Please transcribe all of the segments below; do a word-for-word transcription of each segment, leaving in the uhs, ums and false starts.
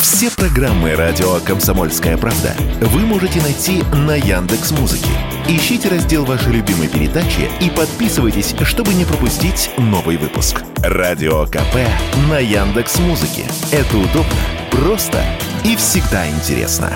Все программы радио «Комсомольская правда» вы можете найти на Яндекс.Музыке. Ищите раздел вашей любимой передачи и подписывайтесь, чтобы не пропустить новый выпуск. Радио КП на Яндекс.Музыке. Это удобно, просто и всегда интересно.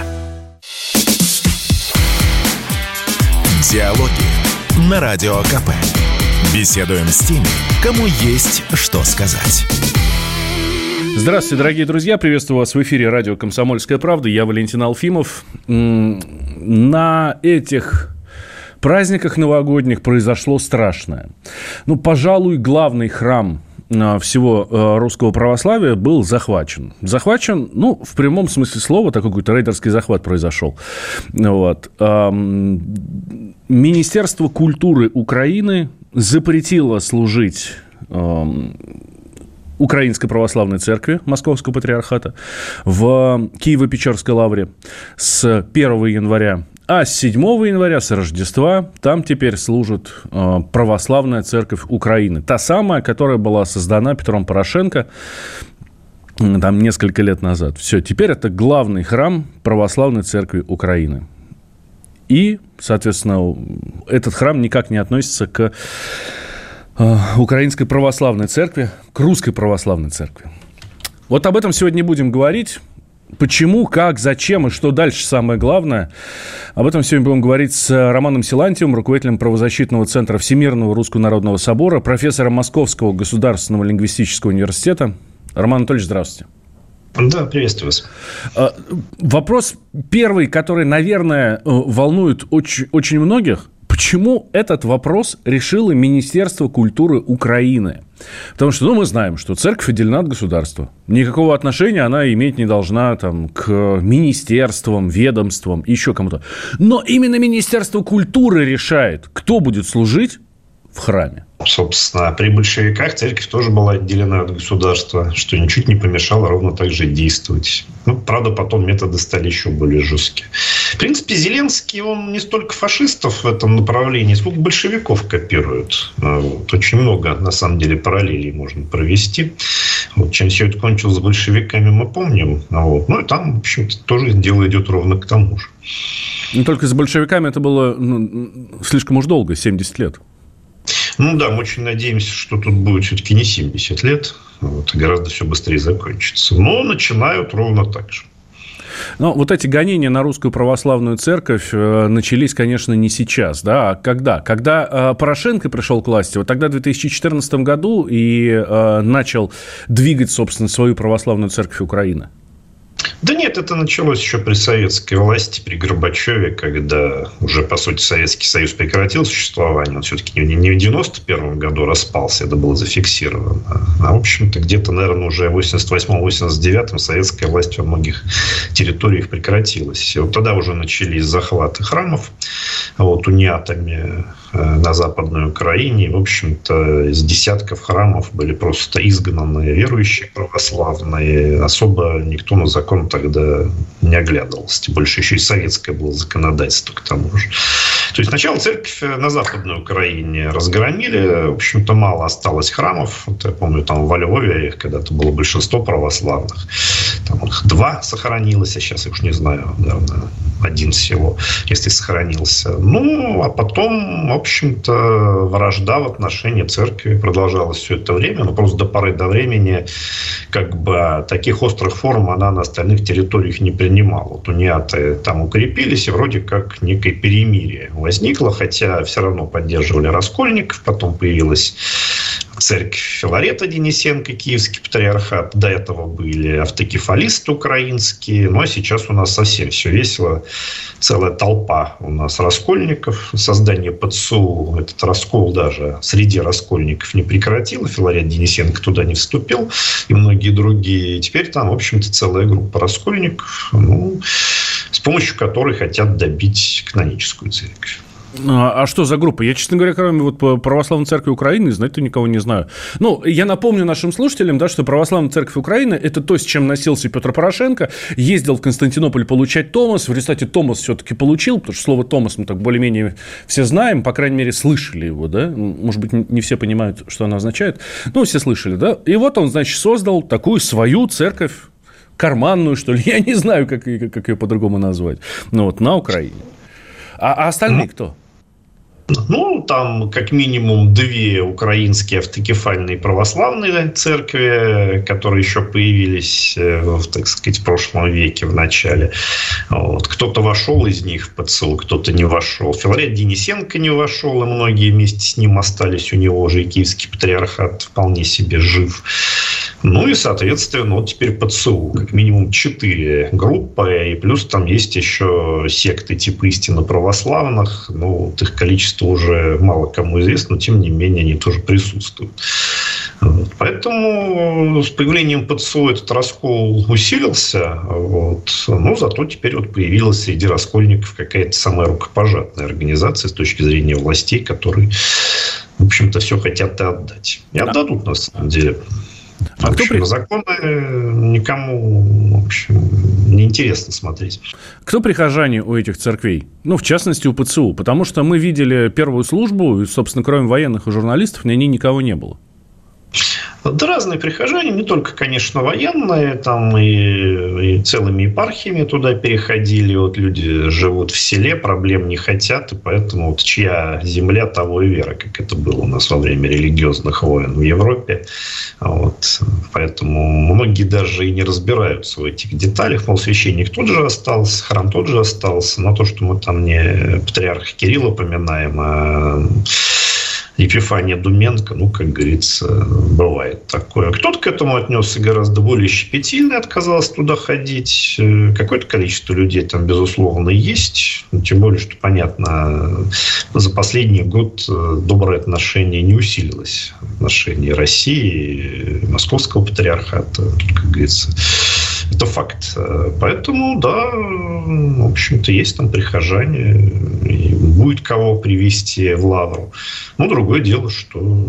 Диалоги на Радио КП. Беседуем с теми, кому есть что сказать. Здравствуйте, дорогие друзья. Приветствую вас в эфире радио «Комсомольская правда». Я Валентин Алфимов. На этих праздниках новогодних произошло страшное. Ну, пожалуй, главный храм всего русского православия был захвачен. Захвачен, ну, в прямом смысле слова, такой какой-то рейдерский захват произошел. Вот. Министерство культуры Украины запретило служить Украинской православной церкви Московского патриархата в Киево-Печерской лавре с первого января. А с седьмого января, с Рождества, там теперь служит э, православная церковь Украины. Та самая, которая была создана Петром Порошенко э, там несколько лет назад. Все, теперь это главный храм православной церкви Украины. И, соответственно, этот храм никак не относится к э, Украинской православной церкви, к Русской православной церкви. Вот об этом сегодня и будем говорить. Почему, как, зачем и что дальше самое главное. Об этом сегодня будем говорить с Романом Силантьевым, руководителем правозащитного центра Всемирного Русского Народного Собора, профессором Московского государственного лингвистического университета. Роман Анатольевич, здравствуйте. Да, приветствую вас. Вопрос первый, который, наверное, волнует очень, очень многих. Почему этот вопрос решило Министерство культуры Украины? Потому что, ну, мы знаем, что церковь отделена от государства. Никакого отношения она иметь не должна там, к министерствам, ведомствам, еще кому-то. Но именно Министерство культуры решает, кто будет служить в храме. Собственно, при большевиках церковь тоже была отделена от государства, что ничуть не помешало ровно так же действовать. Ну, правда, потом методы стали еще более жесткие. В принципе, Зеленский, он не столько фашистов в этом направлении, сколько большевиков копирует. Вот. Очень много, на самом деле, параллелей можно провести. Вот. Чем все это кончилось с большевиками, мы помним. Вот. Ну, и там, в общем-то, тоже дело идет ровно к тому же. Но только с большевиками это было ну, слишком уж долго, семьдесят лет. Ну да, мы очень надеемся, что тут будет все-таки не семьдесят лет, вот, гораздо все быстрее закончится. Но начинают ровно так же. Ну, вот эти гонения на русскую православную церковь э, начались, конечно, не сейчас, да, а когда? Когда э, Порошенко пришел к власти, вот тогда в две тысячи четырнадцатом году и э, начал двигать, собственно, свою православную церковь Украины. Да нет, это началось еще при советской власти, при Горбачеве, когда уже, по сути, Советский Союз прекратил существование. Он все-таки не в девяносто первом году распался, это было зафиксировано. А, в общем-то, где-то, наверное, уже в восемьдесят восьмом — восемьдесят девятом советская власть во многих территориях прекратилась. И вот тогда уже начались захваты храмов вот, униатами на Западной Украине. В общем-то, из десятков храмов были просто изгнаны верующие православные. Особо никто на закон тогда не оглядывался. Тем больше еще и советское было законодательство к тому же. То есть сначала церковь на Западной Украине разгромили. В общем-то, мало осталось храмов. Вот я помню, там во Львове когда-то было большинство православных. Там их два сохранилось, а сейчас я уж не знаю, наверное, один всего, если сохранился. Ну, а потом, в общем-то, вражда в отношении церкви продолжалась все это время. Но просто до поры до времени как бы таких острых форм она на остальных территориях не принимала. Вот униаты там укрепились, и вроде как некое перемирие возникло, хотя все равно поддерживали раскольников. Потом появилась церковь Филарета Денисенко, Киевский патриархат. До этого были автокефалисты украинские. Ну, а сейчас у нас совсем все весело. Целая толпа у нас раскольников. Создание ПЦУ, этот раскол даже среди раскольников не прекратило. Филарет Денисенко туда не вступил. И многие другие. И теперь там, в общем-то, целая группа раскольников, ну, с помощью которой хотят добить каноническую церковь. А что за группа? Я, честно говоря, кроме вот Православной Церкви Украины, знать-то никого не знаю. Ну, я напомню нашим слушателям, да, что Православная Церковь Украины – это то, с чем носился Петр Порошенко. Ездил в Константинополь получать Томос. В результате Томос все-таки получил, потому что слово «Томос» мы так более-менее все знаем, по крайней мере, слышали его, да. Может быть, не все понимают, что оно означает. Ну, все слышали, да. И вот он, значит, создал такую свою церковь, карманную, что ли, я не знаю, как, как ее по-другому назвать, ну, вот, на Украине. А, а остальные кто? Ну, там как минимум две украинские автокефальные православные церкви, которые еще появились, в, так сказать, в прошлом веке, в начале. Вот. Кто-то вошел из них в ПЦУ, кто-то не вошел. Филарет Денисенко не вошел, и многие вместе с ним остались. У него же и Киевский патриархат вполне себе жив. Ну и, соответственно, вот теперь ПЦУ. Как минимум четыре группы. И плюс там есть еще секты типа истинно православных. Ну, вот их количество уже мало кому известно, но тем не менее они тоже присутствуют. Вот. Поэтому с появлением ПЦУ этот раскол усилился. Вот. Но зато теперь вот появилась среди раскольников какая-то самая рукопожатная организация с точки зрения властей, которые, в общем-то, все хотят и отдать. И отдадут, на самом деле. А в общем, кто при... законы никому, в общем, неинтересно смотреть. Кто прихожане у этих церквей? Ну, в частности, у ПЦУ. Потому что мы видели первую службу, и, собственно, кроме военных и журналистов, на ней никого не было. Да, разные прихожане, не только, конечно, военные, там и, и целыми епархиями туда переходили. Вот люди живут в селе, проблем не хотят, и поэтому вот чья земля, того и вера, как это было у нас во время религиозных войн в Европе. Вот. Поэтому многие даже и не разбираются в этих деталях. Мол, священник тот же остался, храм тот же остался, но то, что мы там не патриарха Кирилла упоминаем, а Епифания Думенко, ну, как говорится, бывает такое. Кто-то к этому отнесся гораздо более щепетильно, отказался туда ходить. Какое-то количество людей там, безусловно, есть. Тем более, что, понятно, за последний год доброе отношение не усилилось. Отношение России, Московского патриархата, как говорится. Это факт. Поэтому, да, в общем-то, есть там прихожане. И будет кого привести в лавру. Но другое дело, что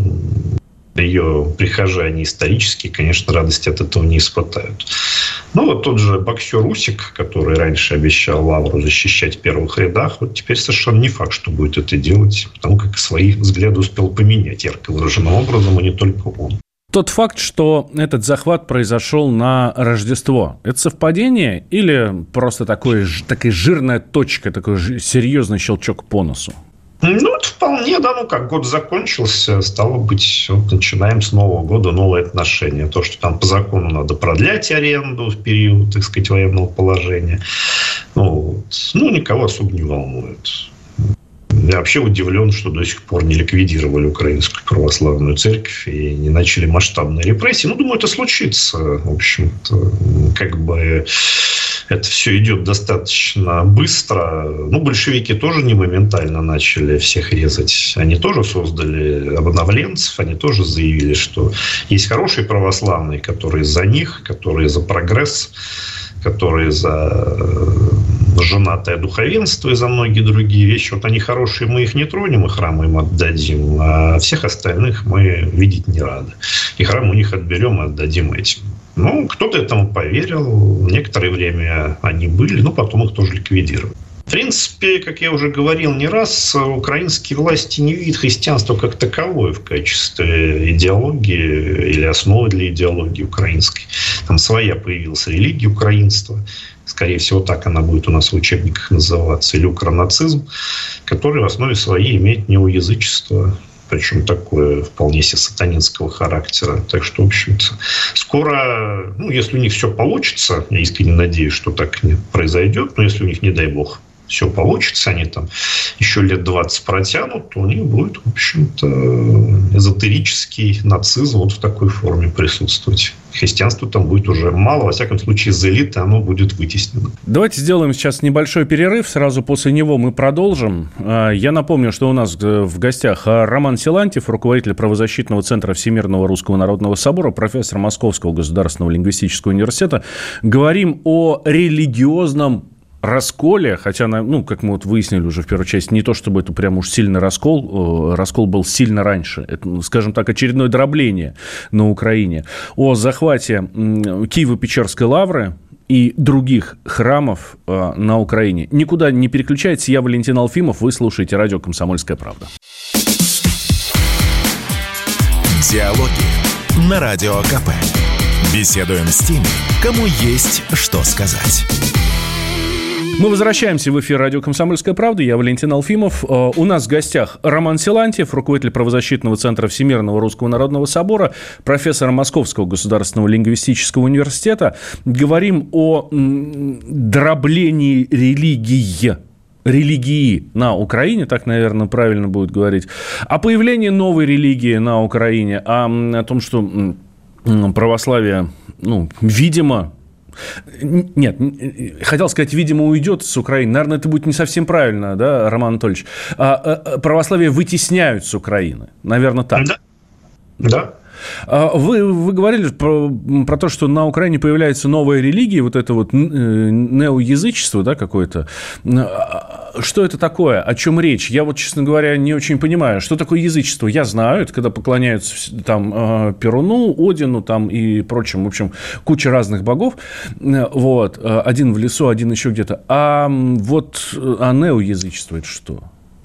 ее прихожане исторические, конечно, радости от этого не испытают. Ну, вот тот же боксер Усик, который раньше обещал лавру защищать в первых рядах, вот теперь совершенно не факт, что будет это делать, потому как свои взгляды успел поменять ярко выраженным образом, и не только он. Тот факт, что этот захват произошел на Рождество, это совпадение или просто такой, такая жирная точка, такой серьезный щелчок по носу? Ну, это вполне, да, ну как год закончился, стало быть, вот начинаем с Нового года новые отношения. То, что там по закону надо продлять аренду в период, так сказать, военного положения, ну, вот, ну никого особо не волнует. Я вообще удивлен, что до сих пор не ликвидировали Украинскую православную церковь и не начали масштабные репрессии. Ну, думаю, это случится. В общем-то, как бы это все идет достаточно быстро. Ну, большевики тоже не моментально начали всех резать. Они тоже создали обновленцев, они тоже заявили, что есть хорошие православные, которые за них, которые за прогресс, которые за женатое духовенство и за многие другие вещи. Вот они хорошие, мы их не тронем, и храмы им отдадим, а всех остальных мы видеть не рады. И храм у них отберем и отдадим этим. Ну, кто-то этому поверил. Некоторое время они были, но потом их тоже ликвидировали. В принципе, как я уже говорил не раз, украинские власти не видят христианство как таковое в качестве идеологии или основы для идеологии украинской. Там своя появилась религия украинства. Скорее всего, так она будет у нас в учебниках называться. Или укронацизм, который в основе своей имеет неоязычество. Причем такое вполне себе сатанинского характера. Так что, в общем-то, скоро, ну, если у них все получится, я искренне надеюсь, что так не произойдет, но если у них, не дай бог, все получится, они там еще лет двадцать протянут, то у них будет, в общем-то, эзотерический нацизм вот в такой форме присутствовать. Христианство там будет уже мало, во всяком случае, из элиты оно будет вытеснено. Давайте сделаем сейчас небольшой перерыв, сразу после него мы продолжим. Я напомню, что у нас в гостях Роман Силантьев, руководитель правозащитного центра Всемирного Русского Народного Собора, профессор Московского государственного лингвистического университета. Говорим о религиозном расколе, хотя, ну, как мы вот выяснили уже в первой части, не то чтобы это прям уж сильный раскол, раскол был сильно раньше. Это, скажем так, очередное дробление на Украине. О захвате Киево-Печерской лавры и других храмов на Украине. Никуда не переключайтесь. Я Валентин Алфимов. Вы слушаете радио «Комсомольская правда». Диалоги на Радио КП. Беседуем с теми, кому есть что сказать. Мы возвращаемся в эфир радио «Комсомольская правда». Я Валентин Алфимов. У нас в гостях Роман Силантьев, руководитель правозащитного центра Всемирного Русского Народного Собора, профессор Московского государственного лингвистического университета. Говорим о дроблении религии. религии на Украине, так, наверное, правильно будет говорить, о появлении новой религии на Украине, о, о том, что православие, ну, видимо... Нет, хотел сказать, видимо, уйдет с Украины. Наверное, это будет не совсем правильно, да, Роман Анатольевич? А, а, православие вытесняют с Украины. Наверное, так. Да. Да. Вы, вы говорили про, про то, что на Украине появляется новая религия, вот это вот неоязычество, да, какое-то. Что это такое? О чем речь? Я вот, честно говоря, не очень понимаю. Что такое язычество? Я знаю, это когда поклоняются там Перуну, Одину там и прочим, в общем, куча разных богов. Вот. Один в лесу, один еще где-то. А вот а неоязычество – это что?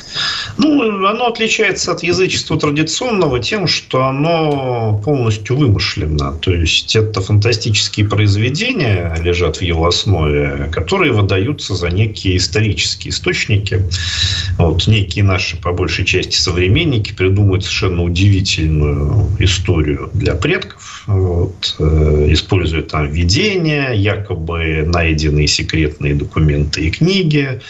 Ну, оно отличается от язычества традиционного тем, что оно полностью вымышленно. То есть, это фантастические произведения лежат в его основе, которые выдаются за некие исторические источники. Вот, некие наши, по большей части, современники придумывают совершенно удивительную историю для предков. Вот, э, используя там видения, якобы найденные секретные документы и книги.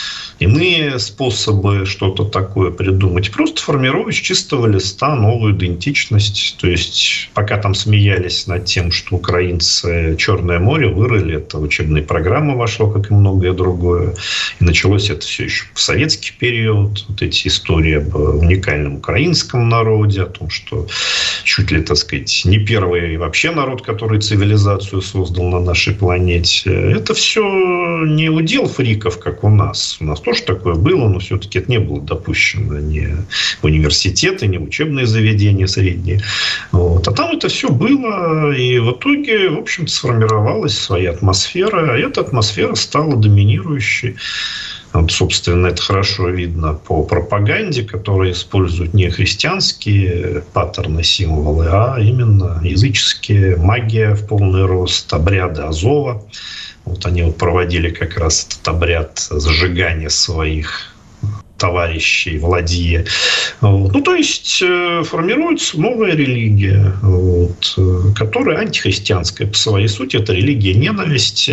Иные способы что-то такое придумать. Просто формируют с чистого листа новую идентичность. То есть, пока там смеялись над тем, что украинцы Черное море вырыли, это в учебные программы вошло, как и многое другое. И началось это все еще в советский период. Вот эти истории об уникальном украинском народе, о том, что чуть ли, так сказать, не первый вообще народ, который цивилизацию создал на нашей планете. Это все не удел фриков, как у нас. У нас тоже такое было, но все-таки это не было допущено ни в университеты, ни в учебные заведения средние. Вот. А там это все было, и в итоге, в общем-то, сформировалась своя атмосфера, и эта атмосфера стала доминирующей. Вот, собственно, это хорошо видно по пропаганде, которая использует не христианские паттерны, символы, а именно языческие, магия в полный рост, обряды Азова. Вот они вот проводили как раз этот обряд зажигания своих товарищей в ладье. Вот. Ну, то есть, формируется новая религия, вот, которая антихристианская по своей сути. Это религия ненависти.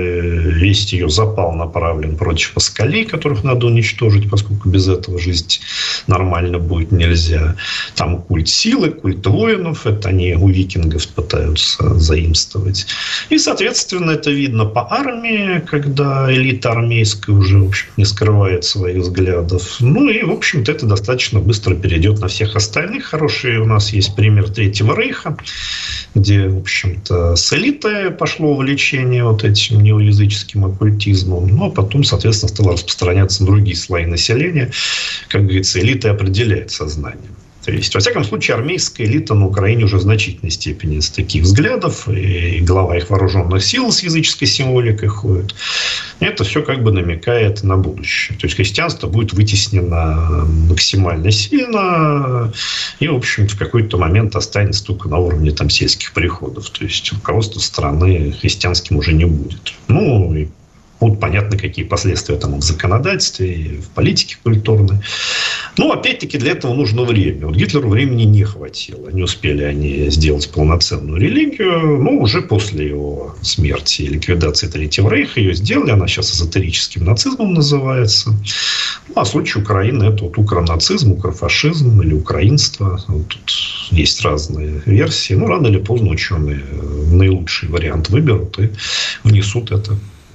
Весь ее запал направлен против москалей, которых надо уничтожить, поскольку без этого жить нормально будет нельзя. Там культ силы, культ воинов. Это они у викингов пытаются заимствовать. И, соответственно, это видно по армии, когда элита армейская уже, в общем, не скрывает своих взглядов. Ну и, в общем-то, это достаточно быстро перейдет на всех остальных. Хороший у нас есть пример Третьего Рейха, где, в общем-то, с элитой пошло увлечение вот этим неоязыческим оккультизмом. Ну, а потом, соответственно, стало распространяться на другие слои населения. Как говорится, элита определяет сознание. То есть, во всяком случае, армейская элита на Украине уже в значительной степени с таких взглядов, и глава их вооруженных сил с языческой символикой ходит. Это все как бы намекает на будущее. То есть, христианство будет вытеснено максимально сильно и, в общем-то, в какой-то момент останется только на уровне там, сельских приходов. То есть, руководство страны христианским уже не будет. Ну, и будут понятны, какие последствия там в законодательстве и в политике культурной. Но, опять-таки, для этого нужно время. Вот Гитлеру времени не хватило. Не успели они сделать полноценную религию. Но уже после его смерти и ликвидации Третьего Рейха ее сделали. Она сейчас эзотерическим нацизмом называется. Ну, а в случае Украины это вот укронацизм, укрофашизм или украинство. Вот тут есть разные версии. Ну, рано или поздно ученые наилучший вариант выберут и внесут это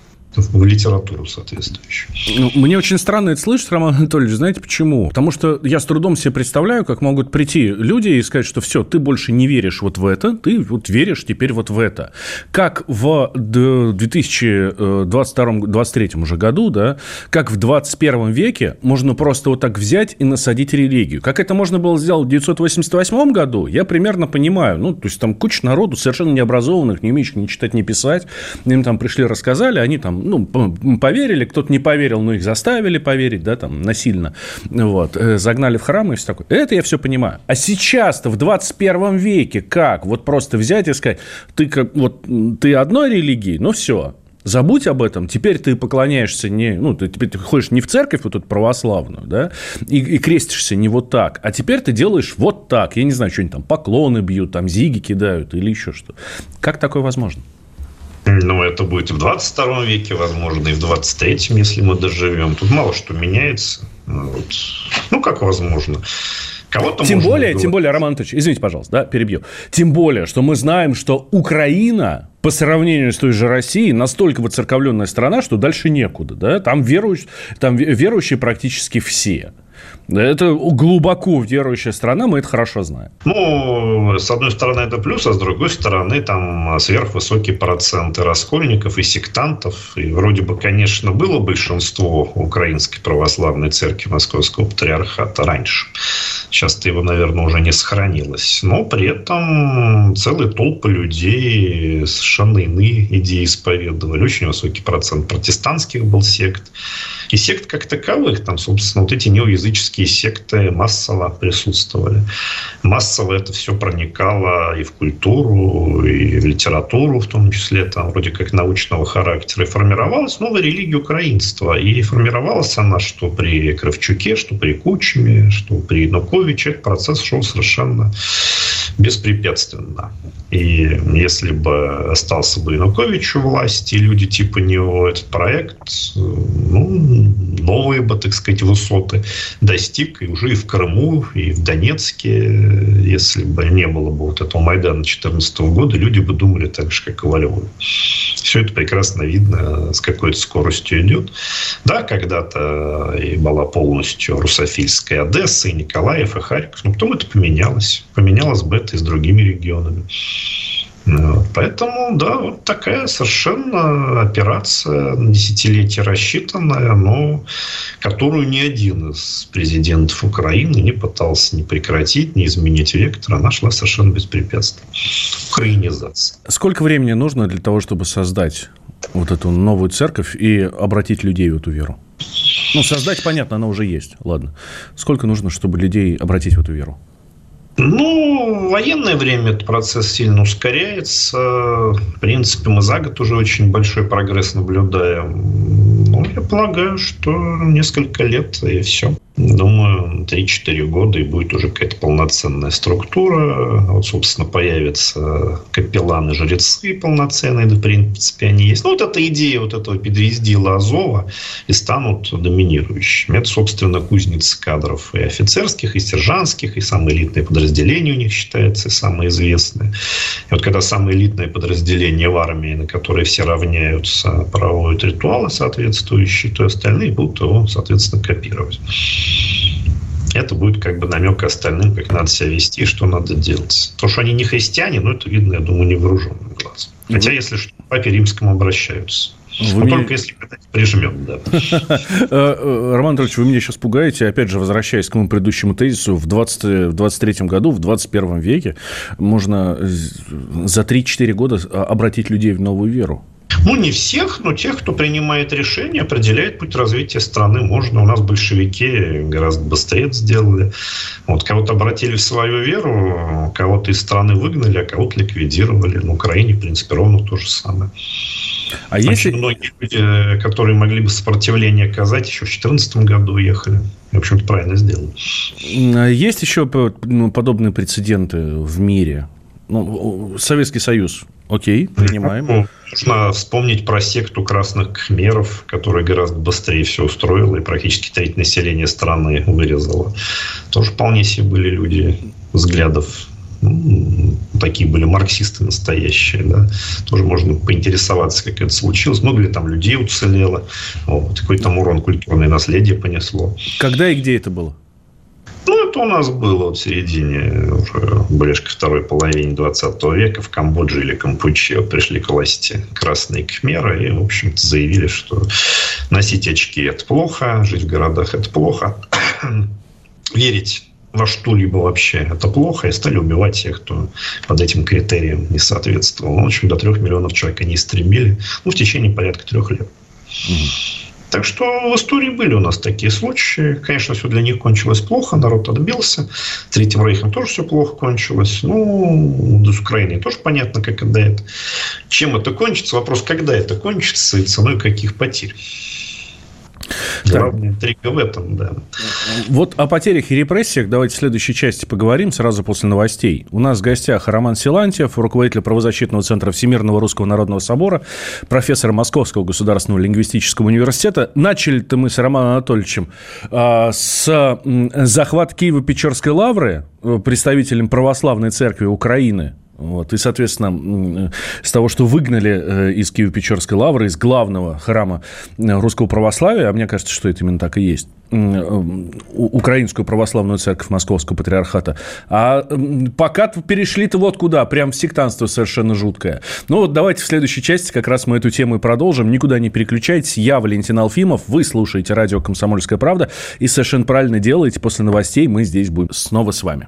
в литературу соответствующую. Ну, мне очень странно это слышать, Роман Анатольевич. Знаете почему? Потому что я с трудом себе представляю, как могут прийти люди и сказать, что все, ты больше не веришь вот в это, ты вот веришь теперь вот в это. Как в две тысячи двадцать втором - двадцать третьем уже году, да, как в двадцать первом веке можно просто вот так взять и насадить религию. Как это можно было сделать в девятьсот восемьдесят восьмом году, я примерно понимаю. Ну, то есть, там куча народу совершенно необразованных, не умеющих ни читать, ни писать. Им там пришли, рассказали, они там ну, поверили, кто-то не поверил, но их заставили поверить, да, там, насильно, вот, загнали в храм и все такое. Это я все понимаю. А сейчас-то в двадцать первом веке как? Вот просто взять и сказать, ты, вот, ты одной религии, ну, все. Забудь об этом. Теперь ты поклоняешься не... Ну, ты, теперь ты ходишь не в церковь вот эту православную, да, и, и крестишься не вот так, а теперь ты делаешь вот так. Я не знаю, что-нибудь там, поклоны бьют, там, зиги кидают или еще что. Как такое возможно? Ну, это будет и в двадцать втором веке, возможно, и в двадцать третьем, если мы доживем. Тут мало что меняется. Вот. Ну, как возможно. Кого-то тем более, было... тем более, Роман Анатольевич, извините, пожалуйста, да, перебью. Тем более, что мы знаем, что Украина по сравнению с той же Россией настолько воцерковленная страна, что дальше некуда, да, там верующие, там верующие практически все. Это глубоко верующая страна, мы это хорошо знаем. Ну, с одной стороны, это плюс, а с другой стороны, там сверхвысокие проценты раскольников и сектантов. И вроде бы, конечно, было большинство Украинской православной церкви Московского патриархата раньше. Сейчас-то его, наверное, уже не сохранилось. Но при этом целые толпы людей совершенно иные идеи исповедовали. Очень высокий процент протестантских был сект. И сект как таковых, там, собственно, вот эти неоязыческие секты массово присутствовали. Массово это все проникало и в культуру, и в литературу, в том числе, там, вроде как научного характера. И формировалась новая религия украинства. И формировалась она что при Кравчуке, что при Кучме, что при Януковиче. Этот процесс шел совершенно беспрепятственно. И если бы остался бы Янукович у власти, люди типа него, этот проект, ну, новые бы, так сказать, высоты достиг и уже и в Крыму, и в Донецке. Если бы не было бы вот этого Майдана две тысячи четырнадцатого года, люди бы думали так же, как и во Львове. Все это прекрасно видно, с какой-то скоростью идет. Да, когда-то и была полностью русофильская Одесса, и Николаев, и Харьков, но потом это поменялось. Поменялось бы это и с другими регионами. Вот. Поэтому, да, вот такая совершенно операция на десятилетие рассчитанная, но которую ни один из президентов Украины не пытался ни прекратить, ни изменить вектор. Она шла совершенно беспрепятственно. Украинизация. Сколько времени нужно для того, чтобы создать вот эту новую церковь и обратить людей в эту веру? Ну, создать, понятно, она уже есть. Ладно. Сколько нужно, чтобы людей обратить в эту веру? Ну, в военное время этот процесс сильно ускоряется. В принципе, мы за год уже очень большой прогресс наблюдаем. Ну, я полагаю, что несколько лет и все. Думаю, три-четыре года и будет уже какая-то полноценная структура. Вот, собственно, появятся капелланы, жрецы полноценные, да, в принципе, они есть. Ну, вот эта идея вот этого педвездила Азова и станут доминирующими. Это, собственно, кузницы кадров и офицерских, и сержантских, и самые элитные подразделения у них считается, и самые известные. И вот когда самые элитные подразделения в армии, на которые все равняются, проводят ритуалы соответствующие, то остальные будут его, соответственно, копировать. Это будет как бы намек остальным, как надо себя вести и что надо делать. То, что они не христиане, но это видно, я думаю, невооруженным глазом. Хотя, mm-hmm. если что, к папе римскому обращаются. Вы но меня... только если когда-нибудь прижмем, да. Роман Анатольевич, вы меня сейчас пугаете. Опять же, возвращаясь к моему предыдущему тезису, в двадцать третьем году, в двадцать первом веке можно за три-четыре года обратить людей в новую веру. Ну, не всех, но тех, кто принимает решения, определяет путь развития страны. Можно. У нас большевики гораздо быстрее это сделали. Вот, кого-то обратили в свою веру, кого-то из страны выгнали, а кого-то ликвидировали. На Украине, в принципе, ровно то же самое. А Очень если... многие люди, которые могли бы сопротивление оказать, еще в две тысячи четырнадцатом году уехали. В общем-то, правильно сделали. Есть еще подобные прецеденты в мире? Ну, Советский Союз. Окей, принимаем. Ну, нужно вспомнить про секту красных кхмеров, которая гораздо быстрее все устроила и практически треть населения страны вырезала. Тоже вполне себе были люди взглядов. Ну, такие были марксисты настоящие, да. Тоже можно поинтересоваться, как это случилось. Много ли там людей уцелело. Вот. Какой там урон культурное наследие понесло. Когда и где это было? Ну, это у нас было вот в середине, уже ближе ко второй половине двадцатого века в Камбодже или Кампуче пришли к власти красные кхмеры и, в общем-то, заявили, что носить очки – это плохо, жить в городах – это плохо, верить во что-либо вообще – это плохо, и стали убивать тех, кто под этим критериям не соответствовал. Ну, в общем, до трех миллионов человек они истребили, ну, в течение порядка трех лет. Так что в истории были у нас такие случаи. Конечно, все для них кончилось плохо, народ отбился. Третьим Рейхом тоже все плохо кончилось. Ну, с Украиной тоже понятно, как это. это. Чем это кончится? Вопрос, когда это кончится и ценой каких потерь. Главная интрига в этом, да. Вот о потерях и репрессиях давайте в следующей части поговорим сразу после новостей. У нас в гостях Роман Силантьев, руководитель правозащитного центра Всемирного Русского Народного Собора, профессор Московского государственного лингвистического университета. Начали-то мы с Романом Анатольевичем э, с захвата Киево-Печерской лавры представителем православной церкви Украины. Вот. И, соответственно, с того, что выгнали из Киево-Печерской лавры, из главного храма русского православия, а мне кажется, что это именно так и есть, Украинскую православную церковь Московского патриархата, а пока перешли-то вот куда, прям в сектантство совершенно жуткое. Ну вот давайте в следующей части как раз мы эту тему и продолжим. Никуда не переключайтесь. Я Валентин Алфимов, вы слушаете радио «Комсомольская правда» и совершенно правильно делаете. После новостей мы здесь будем снова с вами.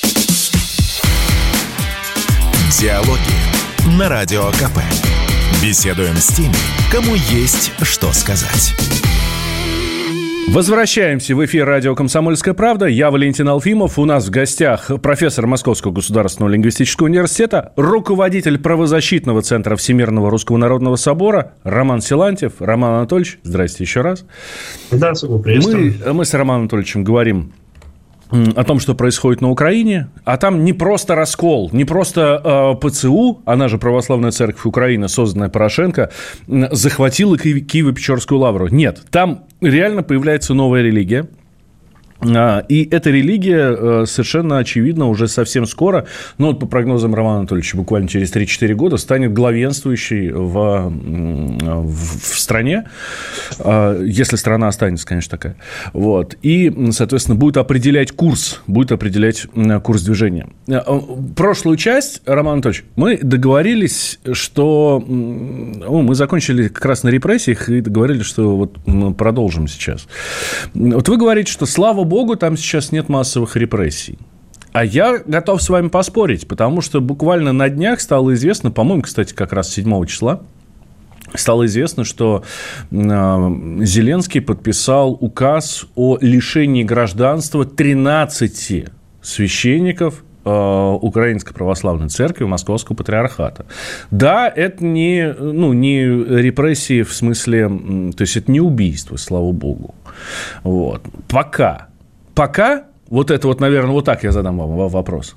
Диалоги на Радио КП. Беседуем с теми, кому есть что сказать. Возвращаемся в эфир радио «Комсомольская правда». Я Валентин Алфимов. У нас в гостях профессор Московского государственного лингвистического университета, руководитель правозащитного центра Всемирного Русского Народного Собора Роман Силантьев. Роман Анатольевич, здрасте еще раз. Да, приветствую. Мы, мы с Романом Анатольевичем говорим о том, что происходит на Украине, а там не просто раскол, не просто э, ПЦУ, она же Православная Церковь Украины, созданная Порошенко, захватила Ки- Киево-Печерскую лавру. Нет, там реально появляется новая религия. И эта религия совершенно очевидно уже совсем скоро, ну вот по прогнозам Романа Анатольевича, буквально через три-четыре года станет главенствующей в, в, в стране, если страна останется, конечно, такая. Вот. И, соответственно, будет определять курс, будет определять курс движения. Прошлую часть, Роман Анатольевич, мы договорились, что ну, мы закончили как раз на репрессиях и договорились, что вот мы продолжим сейчас. Вот вы говорите, что слава Богу, там сейчас нет массовых репрессий. А я готов с вами поспорить, потому что буквально на днях стало известно, по-моему, кстати, как раз седьмого числа, стало известно, что Зеленский подписал указ о лишении гражданства тринадцати священников Украинской православной церкви Московского патриархата. Да, это не, ну, не репрессии в смысле, то есть это не убийство, слава богу. Вот. Пока. Пока, вот это вот, наверное, вот так я задам вам вопрос.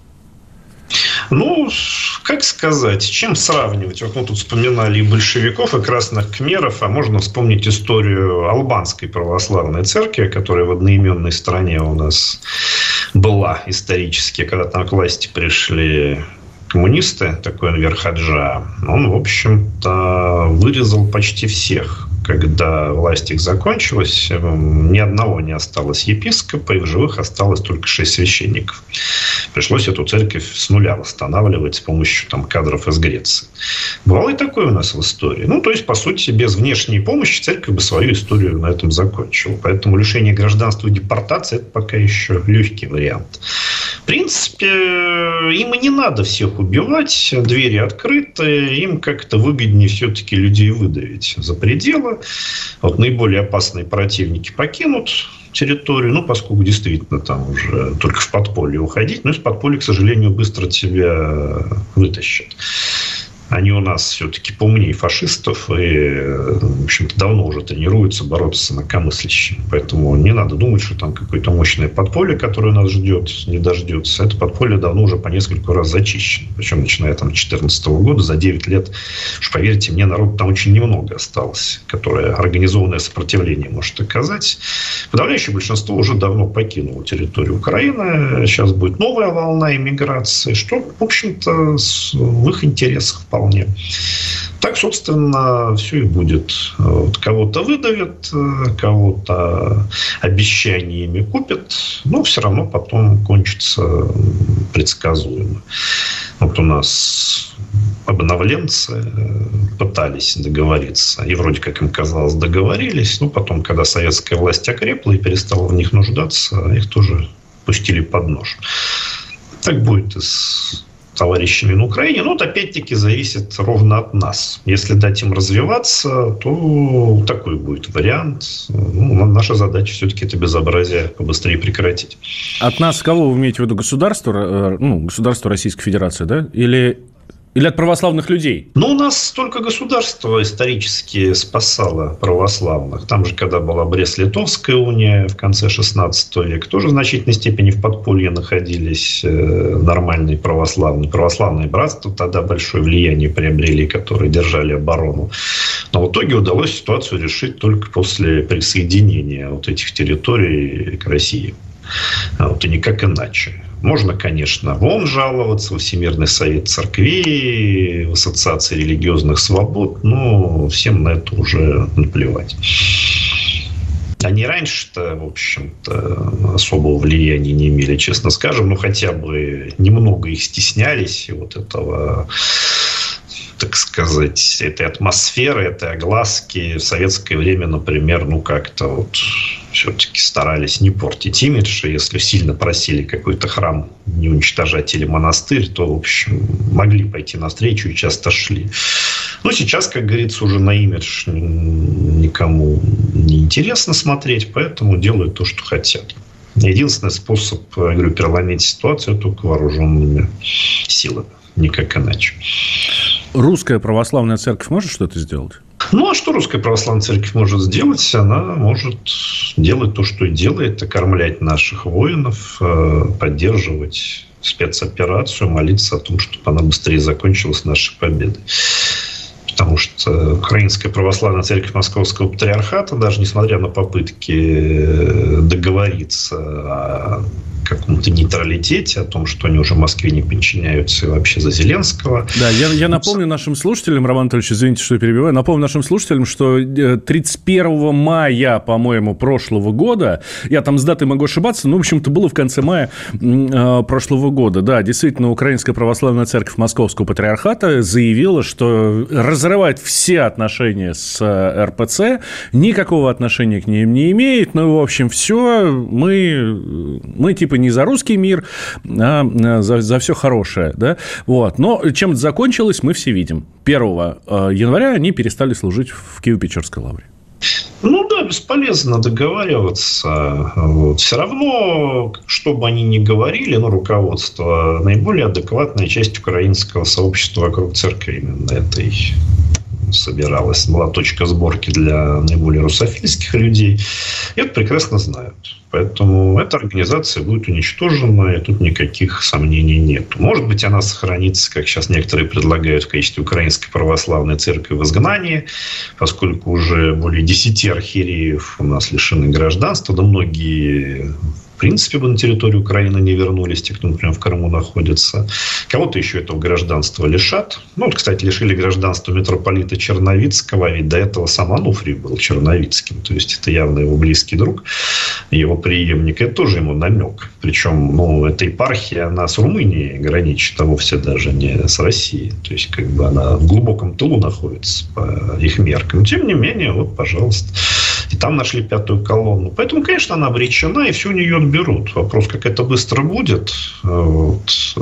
Ну, как сказать, с чем сравнивать? Вот мы тут вспоминали и большевиков, и красных кхмеров, а можно вспомнить историю албанской православной церкви, которая в одноименной стране у нас была исторически, когда там к власти пришли коммунисты, такой Энвер Ходжа. Он, в общем-то, вырезал почти всех. Когда власть их закончилась, ни одного не осталось епископа, и в живых осталось только шесть священников. Пришлось эту церковь с нуля восстанавливать с помощью там, кадров из Греции. Бывало и такое у нас в истории. Ну, то есть, по сути, без внешней помощи церковь бы свою историю на этом закончила. Поэтому лишение гражданства и депортация – это пока еще легкий вариант. В принципе, им и не надо всех убивать, двери открыты, им как-то выгоднее все-таки людей выдавить за пределы. Вот наиболее опасные противники покинут территорию, ну, поскольку действительно там уже только в подполье уходить, но из подполья, к сожалению, быстро тебя вытащат. Они у нас все-таки поумнее фашистов и, в общем-то, давно уже тренируются бороться с инакомыслящими. Поэтому не надо думать, что там какое-то мощное подполье, которое нас ждет, не дождется. Это подполье давно уже по нескольку раз зачищено. Причем, начиная там с две тысячи четырнадцатого года, за девять лет, уж поверьте мне, народу там очень немного осталось, которое организованное сопротивление может оказать. Подавляющее большинство уже давно покинуло территорию Украины. Сейчас будет новая волна иммиграции, что, в общем-то, в их интересах вполне. Так, собственно, все и будет. Вот кого-то выдавят, кого-то обещаниями купят, но все равно потом кончится предсказуемо. Вот у нас обновленцы пытались договориться, и вроде как им казалось, договорились, но потом, когда советская власть окрепла и перестала в них нуждаться, их тоже пустили под нож. Так будет и с товарищами на Украине. Но вот опять-таки зависит ровно от нас. Если дать им развиваться, то такой будет вариант. Ну, наша задача все-таки это безобразие побыстрее прекратить. От нас кого вы имеете в виду? Государство, ну, государство Российской Федерации, да? Или... Или от православных людей? Ну, у нас только государство исторически спасало православных. Там же, когда была Брест-Литовская уния в конце шестнадцатого века, тоже в значительной степени в подполье находились нормальные православные. Православные братства тогда большое влияние приобрели, которые держали оборону. Но в итоге удалось ситуацию решить только после присоединения вот этих территорий к России. Вот, и никак иначе. Можно, конечно, в ООН жаловаться, в Всемирный совет церквей, в Ассоциации религиозных свобод, но всем на это уже наплевать. Они раньше-то, в общем-то, особого влияния не имели, честно скажем, ну, хотя бы немного их стеснялись, и вот этого... так сказать, этой атмосферы, этой огласки в советское время, например, ну, как-то вот все-таки старались не портить имидж. Если сильно просили какой-то храм не уничтожать или монастырь, то, в общем, могли пойти навстречу и часто шли. Но сейчас, как говорится, уже на имидж никому не интересно смотреть, поэтому делают то, что хотят. Единственный способ, я говорю, переломить ситуацию только вооруженными силами. Никак иначе. Русская православная церковь может что-то сделать? Ну, а что русская православная церковь может сделать? Она может делать то, что и делает, окормлять наших воинов, поддерживать спецоперацию, молиться о том, чтобы она быстрее закончилась нашей победой. Потому что Украинская православная церковь Московского патриархата, даже несмотря на попытки договориться о каком-то нейтралитете, о том, что они уже в Москве не подчиняются и вообще за Зеленского. Да, я, я напомню нашим слушателям, Роман Анатольевич, извините, что я перебиваю, напомню нашим слушателям, что тридцать первого мая, по-моему, прошлого года, я там с датой могу ошибаться, но, в общем-то, было в конце мая э, прошлого года, да, действительно, Украинская православная церковь Московского патриархата заявила, что разрывает все отношения с эр пэ цэ, никакого отношения к ним не имеет, ну, в общем, все, мы, мы типа не за русский мир, а за, за все хорошее, да, вот. Но чем это закончилось, мы все видим. первого января они перестали служить в Киево-Печерской лавре. Ну да, бесполезно договариваться. Вот. Все равно, что бы они ни говорили, ну, руководство, наиболее адекватная часть украинского сообщества вокруг церкви именно этой собиралась. Была точка сборки для наиболее русофильских людей. И это прекрасно знают. Поэтому эта организация будет уничтожена, и тут никаких сомнений нет. Может быть, она сохранится, как сейчас некоторые предлагают, в качестве Украинской православной церкви в изгнании, поскольку уже более десяти архиереев у нас лишены гражданства, да многие... в принципе, бы на территорию Украины не вернулись, те, кто, например, в Крыму находится. Кого-то еще этого гражданства лишат. Ну, вот, кстати, лишили гражданства митрополита Черновицкого, ведь до этого сам Ануфрий был черновицким. То есть, это явно его близкий друг, его преемник. Это тоже ему намек. Причем, ну, эта епархия, она с Румынией граничит, а вовсе даже не с Россией. То есть, как бы она в глубоком тылу находится по их меркам. Тем не менее, вот, пожалуйста. И там нашли пятую колонну. Поэтому, конечно, она обречена, и все у нее отберут. Вопрос, как это быстро будет. Вот.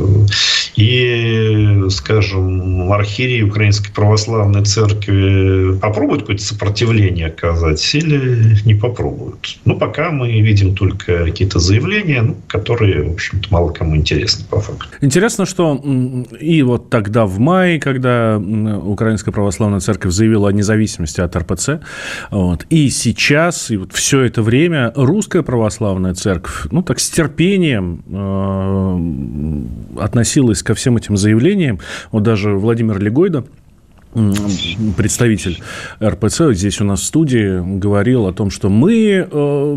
И, скажем, архиереи Украинской православной церкви попробуют какое-то сопротивление оказать или не попробуют. Ну, пока мы видим только какие-то заявления, ну, которые, в общем-то, мало кому интересны по факту. Интересно, что и вот тогда в мае, когда Украинская православная церковь заявила о независимости от эр пэ цэ, вот, и сейчас Сейчас, и вот все это время русская православная церковь, ну, так с терпением э, относилась ко всем этим заявлениям. Вот даже Владимир Легойда, представитель эр пэ цэ, здесь у нас в студии, говорил о том, что мы, э,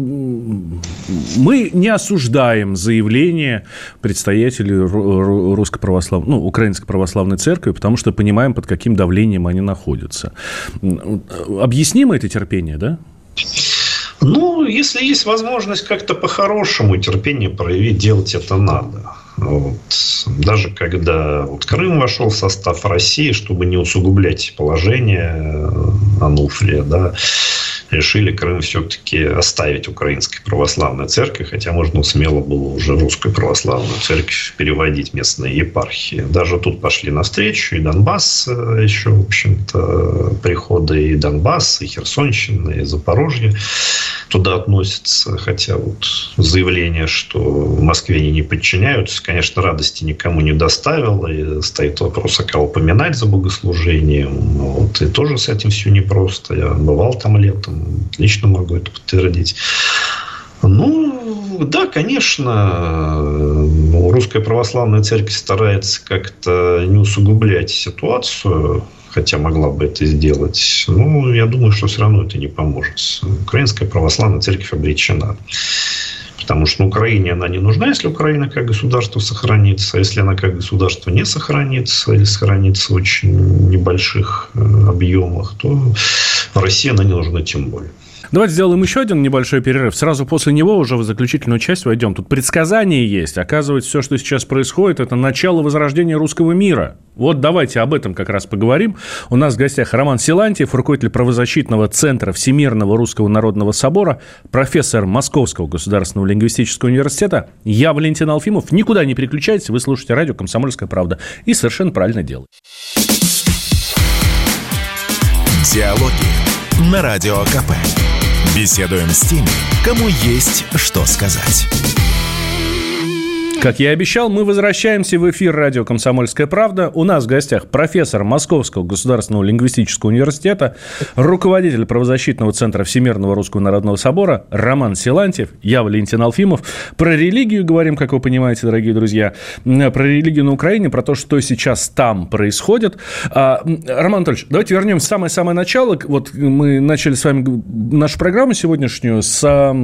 мы не осуждаем заявления представителей русской православной, ну, Украинской православной церкви, потому что понимаем, под каким давлением они находятся. Объяснимо это терпение, да? Ну, если есть возможность как-то по-хорошему терпение проявить, делать это надо. Вот. Даже когда вот Крым вошел в состав России, чтобы не усугублять положение Ануфрия, да, решили Крым все-таки оставить Украинской Православной Церкви, хотя можно смело было уже Русскую Православную Церковь переводить в местные епархии. Даже тут пошли навстречу, и Донбасс еще, в общем-то, приходы и Донбасс, и Херсонщина, и Запорожье туда относятся, хотя вот заявление, что в Москве они не подчиняются, конечно, радости никому не доставило, и стоит вопрос, а кого поминать за богослужением, вот, и тоже с этим все непросто. Я бывал там летом, лично могу это подтвердить. Ну, да, конечно, Русская Православная Церковь старается как-то не усугублять ситуацию, хотя могла бы это сделать. Но я думаю, что все равно это не поможет. Украинская Православная Церковь обречена. Потому что на Украине она не нужна, если Украина как государство сохранится. А если она как государство не сохранится или сохранится в очень небольших объемах, то в России она не нужна тем более. Давайте сделаем еще один небольшой перерыв. Сразу после него уже в заключительную часть войдем. Тут предсказания есть. Оказывается, все, что сейчас происходит, это начало возрождения русского мира. Вот давайте об этом как раз поговорим. У нас в гостях Роман Силантьев, руководитель правозащитного центра Всемирного Русского Народного Собора, профессор Московского государственного лингвистического университета. Я Валентин Алфимов. Никуда не переключайтесь. Вы слушаете радио «Комсомольская правда». И совершенно правильно делаете. Диалоги на Радио КП. Беседуем с теми, кому есть что сказать. Как я и обещал, мы возвращаемся в эфир радио «Комсомольская правда». У нас в гостях профессор Московского государственного лингвистического университета, руководитель правозащитного центра Всемирного Русского Народного Собора Роман Силантьев. Я Валентин Алфимов. Про религию говорим, как вы понимаете, дорогие друзья. Про религию на Украине, про то, что сейчас там происходит. Роман Анатольевич, давайте вернем в самое-самое начало. Вот мы начали с вами нашу программу сегодняшнюю с,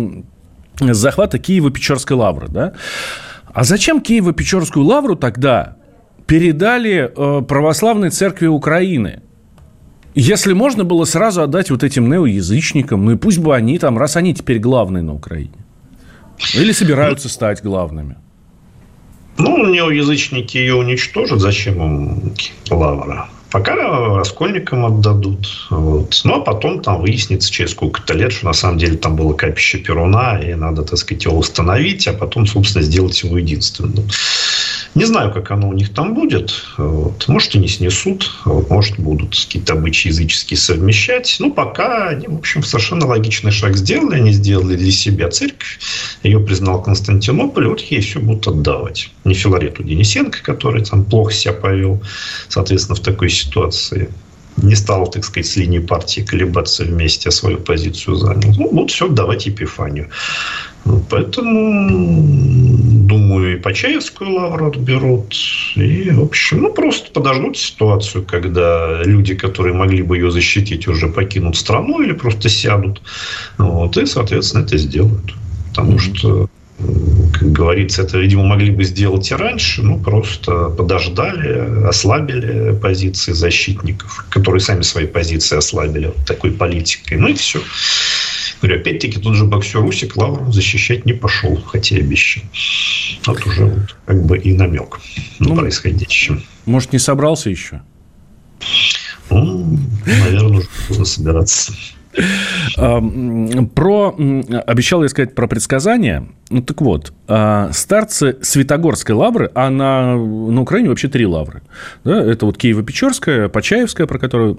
с захвата Киево-Печерской лавры, да? А зачем Киево-Печерскую лавру тогда передали э, православной церкви Украины? Если можно было сразу отдать вот этим неоязычникам, ну и пусть бы они там, раз они теперь главные на Украине. Или собираются стать главными. Ну, неоязычники ее уничтожат. Зачем им лавра? Пока раскольникам отдадут. Вот. Ну, а потом там выяснится через сколько-то лет, что на самом деле там было капище Перуна, и надо, так сказать, его установить, а потом, собственно, сделать его единственным. Не знаю, как оно у них там будет. Вот. Может, и не снесут. Вот. Может, будут какие-то обычаи языческие совмещать. Ну, пока они, в общем, совершенно логичный шаг сделали. Они сделали для себя церковь. Ее признал Константинополь. Вот ей все будут отдавать. Не Филарету Денисенко, который там плохо себя повел, соответственно, в такой ситуации. Не стал, так сказать, с линии партии колебаться вместе, а свою позицию занял. Ну, вот все, давайте Епифанию. Поэтому, думаю, и Почаевскую лавру отберут. И, в общем, ну, просто подождут ситуацию, когда люди, которые могли бы ее защитить, уже покинут страну или просто сядут. Вот, и, соответственно, это сделают. Потому mm-hmm. что, как говорится, это, видимо, могли бы сделать и раньше, но просто подождали, ослабили позиции защитников, которые сами свои позиции ослабили вот такой политикой. Ну и все. Говорю, опять-таки, тот же боксер Усик лавру защищать не пошел, хотя и обещал. Вот уже вот как бы и намек на ну, происходящее. Может, не собрался еще? Ну, наверное, уже нужно собираться. Про, обещал я сказать про предсказания. Ну, так вот, старцы Святогорской лавры, а на, на Украине вообще три лавры. Да? Это вот Киево-Печерская, Почаевская, про которую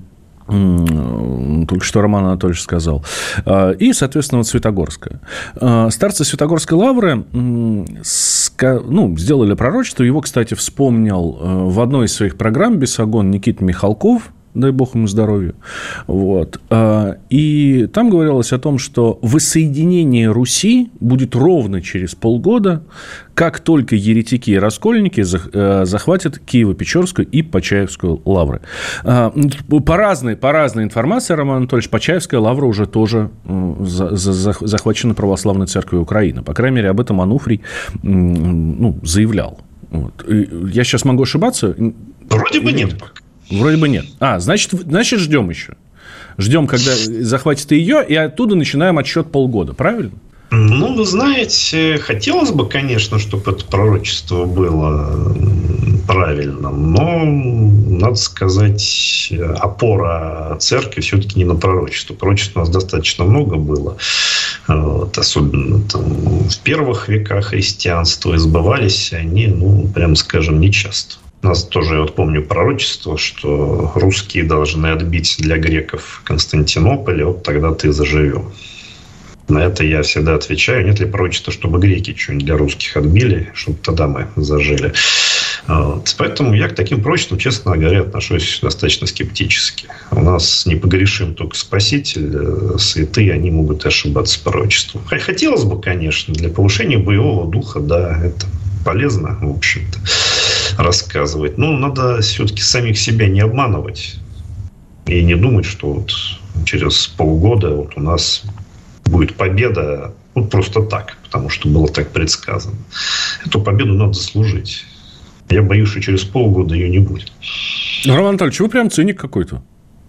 только что Роман Анатольевич сказал, и, соответственно, вот Святогорская. Старцы Святогорской лавры ну, сделали пророчество. Его, кстати, вспомнил в одной из своих программ Бесогон Никита Михалков, дай бог ему здоровья. Вот. И там говорилось о том, что воссоединение Руси будет ровно через полгода, как только еретики и раскольники захватят Киево-Печерскую и Почаевскую лавры. По разной, по разной информации, Роман Анатольевич, Почаевская лавра уже тоже захвачена православной церковью Украины. По крайней мере, об этом Ануфрий ну, заявлял. Вот. Я сейчас могу ошибаться? Вроде бы нет. Вроде бы нет. А, значит, значит, ждем еще. Ждем, когда захватит ее, и оттуда начинаем отсчет полгода. Правильно? Ну, вы знаете, хотелось бы, конечно, чтобы это пророчество было правильном. Но, надо сказать, опора церкви все-таки не на пророчество. Пророчеств у нас достаточно много было. Вот, особенно там, в первых веках христианства. И сбывались они, ну, прямо скажем, нечасто. У нас тоже, я вот помню пророчество, что русские должны отбить для греков Константинополь, вот тогда-то и заживем. На это я всегда отвечаю, нет ли пророчества, чтобы греки что-нибудь для русских отбили, чтобы тогда мы зажили. Вот. Поэтому я к таким пророчествам, честно говоря, отношусь достаточно скептически. У нас непогрешим только Спаситель, святые, они могут ошибаться пророчеством. Хотелось бы, конечно, для повышения боевого духа, да, это полезно, в общем-то, рассказывать. Но надо все-таки самих себя не обманывать и не думать, что вот через полгода вот у нас будет победа вот просто так, потому что было так предсказано. Эту победу надо заслужить. Я боюсь, что через полгода ее не будет. Роман Анатольевич, вы прям циник какой-то.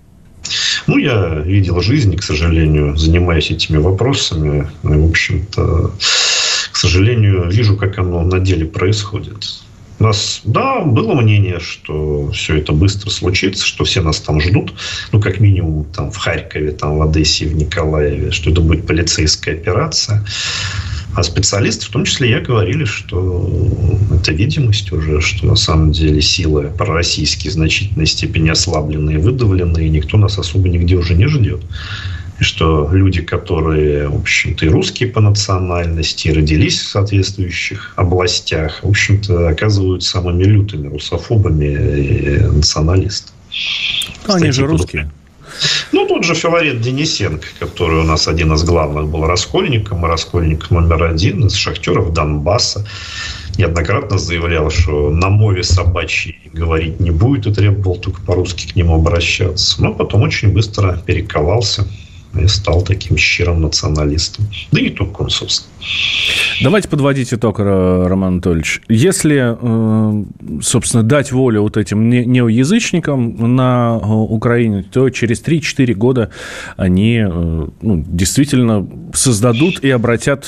Ну, я видел жизнь, к сожалению, занимаясь этими вопросами. И, в общем-то, к сожалению, вижу, как оно на деле происходит. У нас, да, было мнение, что все это быстро случится, что все нас там ждут, ну, как минимум, там, в Харькове, там, в Одессе, в Николаеве, что это будет полицейская операция. А специалисты, в том числе я, говорили, что это видимость уже, что на самом деле силы пророссийские в значительной степени ослаблены и выдавлены, и никто нас особо нигде уже не ждет. И что люди, которые, в общем-то, и русские по национальности, и родились в соответствующих областях, в общем-то, оказываются самыми лютыми русофобами и националистами. Ну, они же русские. Ну, тот же Филарет Денисенко, который у нас один из главных был раскольником, и раскольник номер один из шахтеров Донбасса, неоднократно заявлял, что на мове собачьей говорить не будет, и требовал только по-русски к нему обращаться. Но потом очень быстро перековался и стал таким щирым националистом. Да и не только он, собственно. Давайте подводить итог, Роман Анатольевич. Если, собственно, дать волю вот этим неоязычникам на Украине, то через три-четыре года они, ну, действительно создадут и обратят,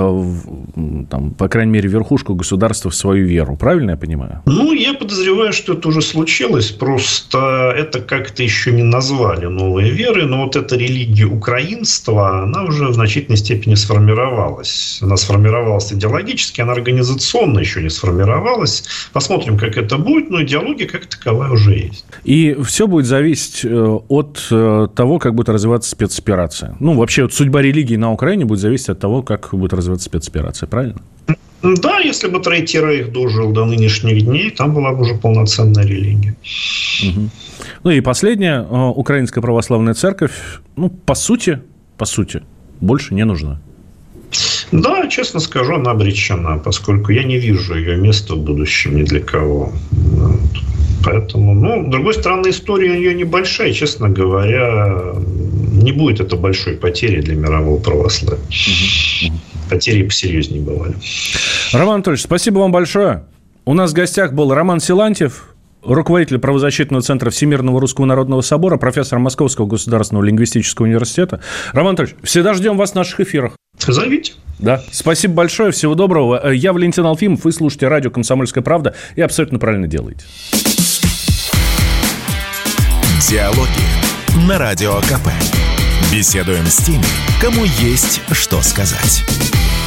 там, по крайней мере, верхушку государства в свою веру. Правильно я понимаю? Ну, я подозреваю, что это уже случилось. Просто это как-то еще не назвали новой верой. Но вот эта религия украинства, она уже в значительной степени сформировалась. Она сформировалась идеологически, она организационно еще не сформировалась. Посмотрим, как это будет, но идеология как таковая уже есть. И все будет зависеть от того, как будет развиваться спецоперация. Ну, вообще, вот судьба религии на Украине будет зависеть от того, как будет развиваться спецоперация, правильно? Да, если бы Третий Рейх дожил до нынешних дней, там была бы уже полноценная религия. Угу. Ну и последняя, Украинская православная церковь, ну, по сути, по сути, больше не нужна. Да, честно скажу, она обречена, поскольку я не вижу ее места в будущем ни для кого. Поэтому, ну, с другой стороны, история ее небольшая, честно говоря, не будет это большой потерей для мирового православия. Угу. Потери посерьезнее бывали. Роман Анатольевич, спасибо вам большое. У нас в гостях был Роман Силантьев, руководитель правозащитного центра Всемирного Русского Народного Собора, профессор Московского государственного лингвистического университета. Роман Анатольевич, всегда ждем вас в наших эфирах. Зовите. Да. Спасибо большое, всего доброго. Я Валентин Алфимов, вы слушаете радио «Комсомольская правда» и абсолютно правильно делаете. Диалоги на Радио КП. Беседуем с теми, кому есть что сказать.